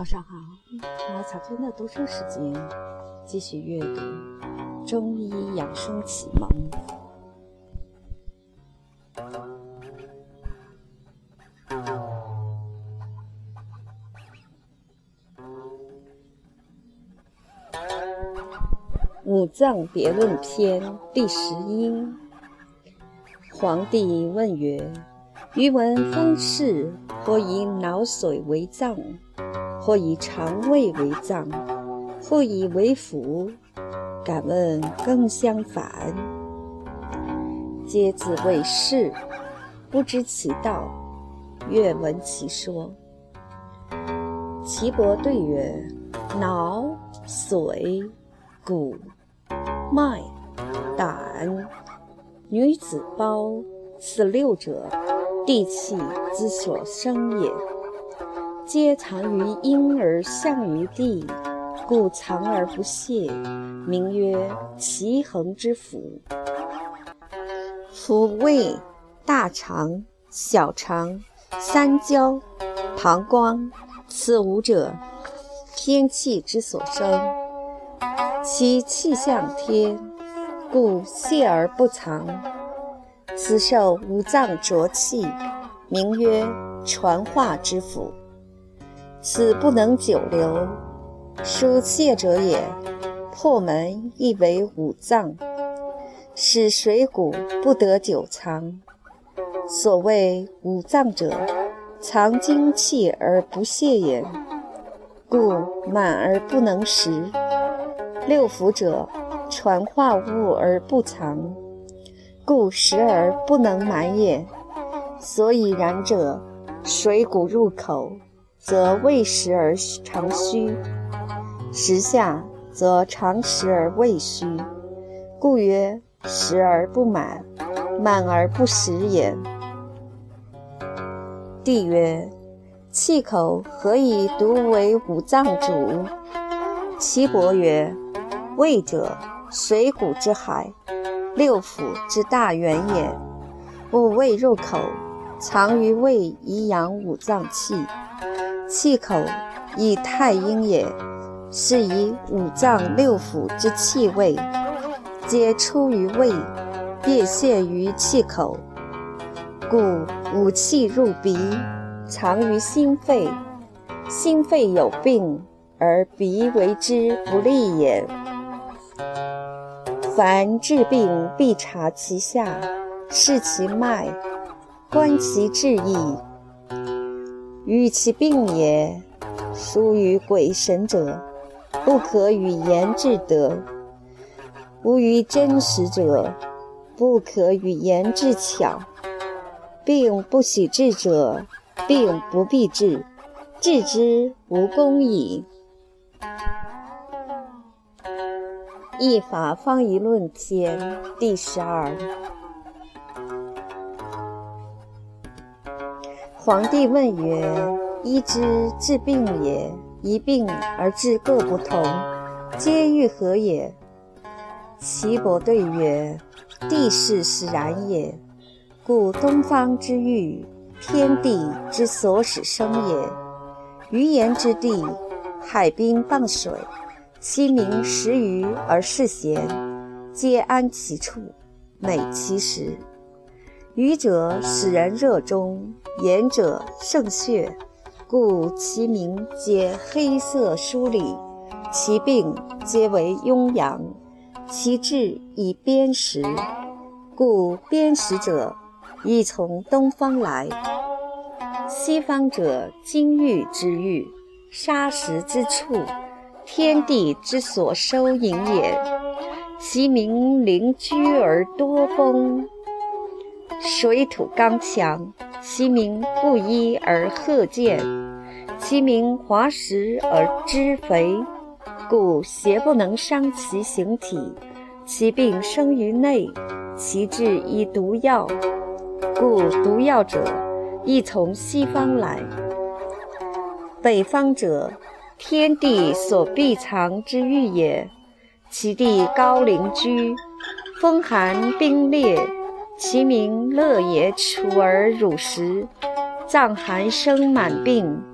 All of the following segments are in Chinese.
上好，茅草间的读书时间，继续阅读《中医养生启蒙》。五脏别论篇第11。皇帝问曰：余闻风湿，或以脑髓为脏，或以肠胃为脏，或以为腑，敢问更相反？皆自谓是，不知其道，愿闻其说。岐伯对曰：脑、髓、骨、脉、胆、女子胞，此六者，地气之所生也，皆藏于阴而象于地，故藏而不泄，名曰奇恒之腑。腑胃、大肠、小肠、三焦、膀胱，此五者，天气之所生，其气象天，故泄而不藏。此受五脏浊气，名曰传化之腑。此不能久留，疏泄者也。破门亦为五脏，使水谷不得久藏。所谓五脏者，藏精气而不泄也，故满而不能食。六腑者，传化物而不藏，故食而不能满也。所以然者，水谷入口，则未食而常虚；食下，则常食而未虚。故曰食而不满，满而不食也。帝曰：气口何以独为五脏主？岐伯曰：胃者，水谷之海，六腑之大源也。物胃入口，藏于胃以养五脏气。气口亦太阴也，是以五脏六腑之气味，皆出于胃，便泄于气口。故五气入鼻，藏于心肺，心肺有病，而鼻为之不利也。凡治病，必察其下，视其脉，观其志意，与其病也。属于鬼神者，不可与言治得；无于真实者，不可与言治巧。病不喜治者，病不必治，治之无功矣。一法方一论篇第12。皇帝问曰：医之治病也，一病而治各不同，皆欲何也？岐伯对曰：地势使然也，故东方之欲，天地之所使生也。鱼盐之地，海滨傍水，其民食鱼而嗜咸，皆安其处，美其食。鱼者使人热衷，盐者胜血，故其名皆黑色疏里，其病皆为痈疡，其治以砭石。故砭石者，亦从东方来。西方者，金玉之玉，砂石之处，天地之所收引也。其名邻居而多风，水土刚强，其名不一而褐健，其名滑石而脂肥，故邪不能伤其形体，其病生于内，其治以毒药，故毒药者，亦从西方来。北方者，天地所必藏之欲也，其地高陵居，风寒冰冽，其名乐也处而乳食，脏寒生满病，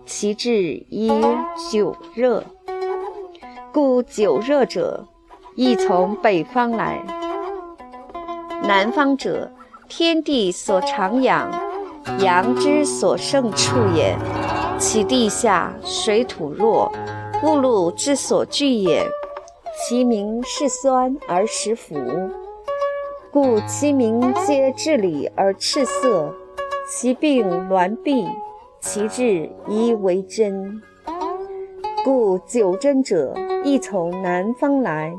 其志以久热，故久热者，亦从北方来。南方者，天地所常养，阳之所盛处也。其地下水土弱，物露之所聚也。其名是酸而实腐，故其民皆治理而赤色。其病挛痹，其志宜为真。故久真者，亦从南方来。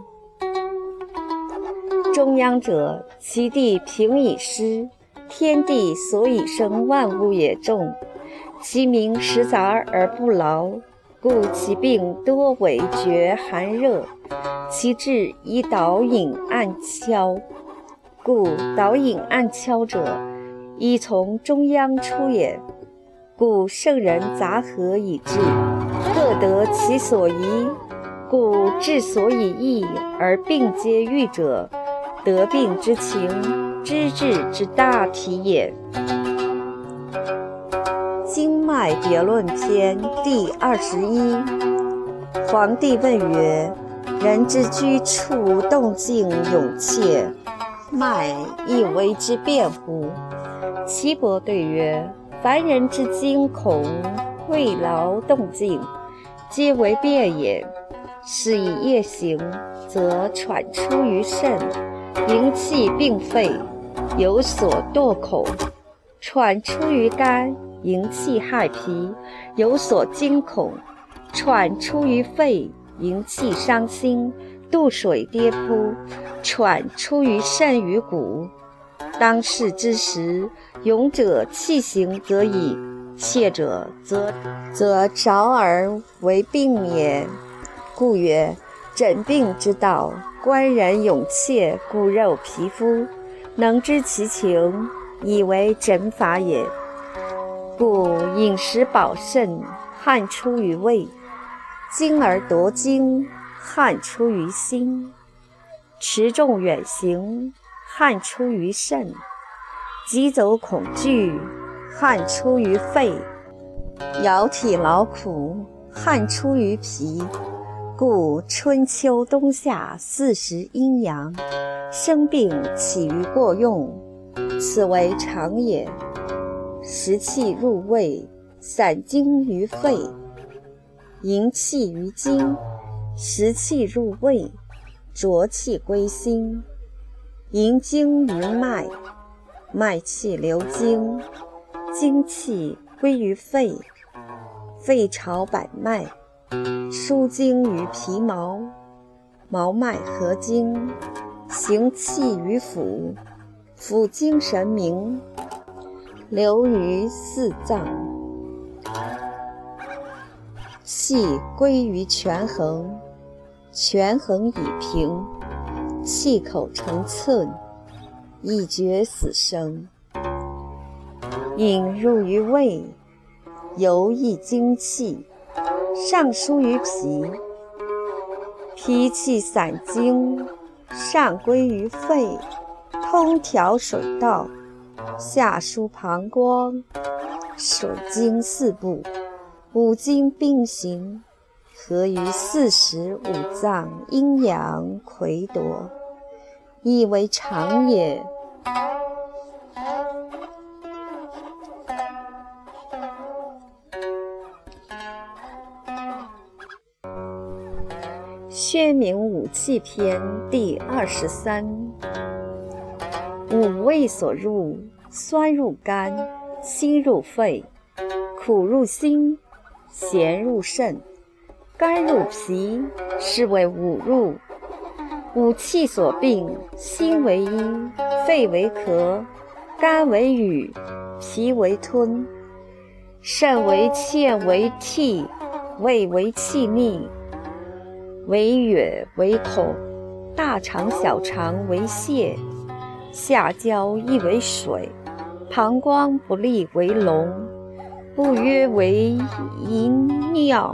中央者，其地平以湿，天地所以生万物也众。其名实杂而不劳，故其病多为厥寒热。其志以导引暗悄，故导引暗悄者，亦从中央出也。故圣人杂合以治，各得其所宜。故治所以易而病皆愈者，得病之情，知治之大体也。经脉别论篇第21。皇帝问曰：人之居处动静勇怯，脉亦为之变乎？岐伯对曰：凡人之惊恐慰劳动静，皆为变也。是以夜行，则喘出于肾，营气并肺，有所堕口；喘出于肝，营气害脾，有所惊恐；喘出于肺，营气伤心，肚水跌扑；喘出于肾与骨。当世之时，勇者气行则已，怯者则着而为病也。故曰：诊病之道，观人勇怯，骨肉皮肤，能知其情，以为诊法也。故饮食保肾，汗出于胃；精而夺精，汗出于心；持重远行，汗出于肾；疾走恐惧，汗出于肺；摇体劳苦，汗出于脾。故春秋冬夏40阴阳，生病起于过用，此为常也。食气入胃，散精于肺，营气于筋；食气入胃，浊气归心，营精于脉，脉气流经，精气归于肺，肺朝百脉，输精于皮毛，毛脉合经，行气于腑，腑精神明，流于四脏，气归于权衡，权衡以平，气口成寸，以决死生。引入于胃，游溢精气，上输于脾，脾气散精，上归于肺，通调水道，下输膀胱，水经四部，五经并行，合于45脏，阴阳魁夺，亦为常也。薛明五气篇第23。五味所入，酸入肝，辛入肺，苦入心，咸入肾，甘入脾，是为五入。五气所病，心为一，肺为咳，肝为郁，脾为吞，肾为欠为涕，胃为气逆，为哕为恐，大肠小肠为泻，下焦亦为水，膀胱不利为聋，不约为淫尿，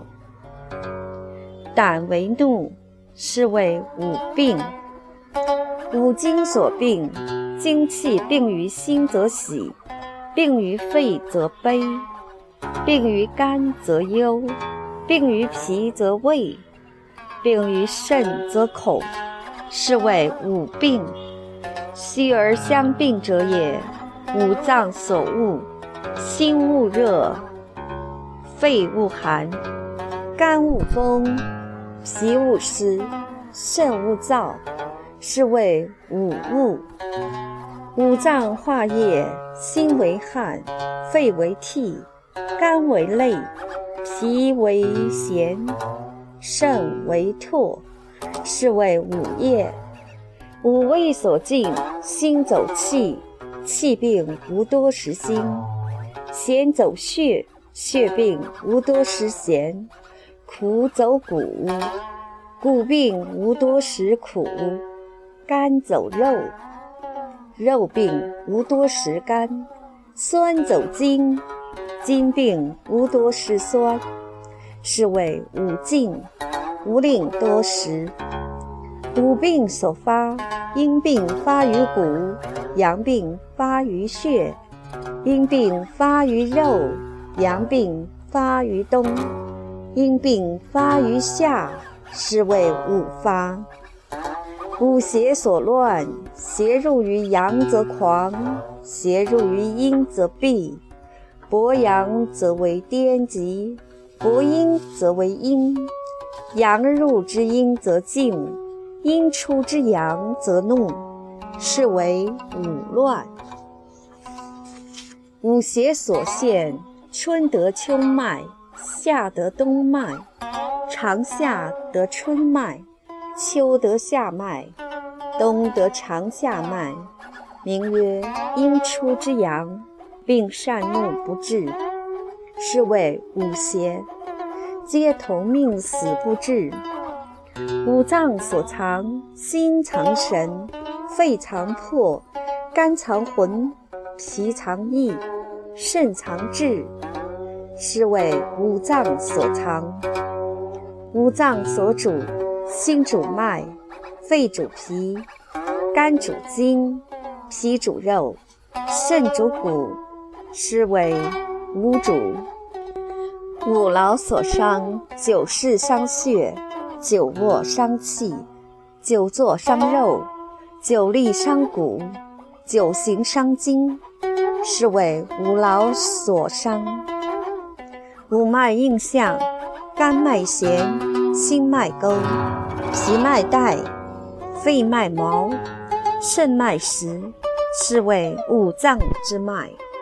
胆为怒，是为五病。五经所病，精气病于心则喜，病于肺则悲， 病于肝则忧，病于脾则畏，病于肾则恐，是谓五病。虚而相并者也，五脏所恶，心恶热，肺恶寒，肝恶风，脾恶湿，肾恶燥，是谓五恶。五脏化液，心为汗，肺为涕，肝为泪，脾为涎，肾为唾，是谓五液。五味所进，心走气，气病无多食心；涎走血，血病无多食涎；苦走骨，骨病无多食苦；肝走肉，肉病无多食肝；酸走筋，筋病无多食酸，是谓五禁，无令多食。五病所发，阴病发于骨，阳病发于血，阴病发于肉，阳病发于冬，阴病发于夏，是谓五发。五邪所乱，邪入于阳则狂，邪入于阴则闭。薄阳则为颠极，薄阴则为阴。阳入之阴则静，阴出之阳则怒，是为五乱。五邪所现，春得秋脉，夏得冬脉，长夏得春脉，秋得夏脉，冬得长夏脉，名曰阴出之阳，并善怒不治，是谓五邪，皆同命死不治。五脏所藏，心藏神，肺藏魄，肝藏魂，脾藏意，肾藏志，是谓五脏所藏。五脏所主，心主脉，肺主皮，肝主筋，脾主肉，肾主骨，是为五主。五劳所伤，久视伤血，久卧伤气，久坐伤肉，久立伤骨，久行伤筋，是谓五劳所伤。五脉应象，肝脉弦，心脉沟，脾脉带，肺脉毛，肾脉实，是谓五脏之脉。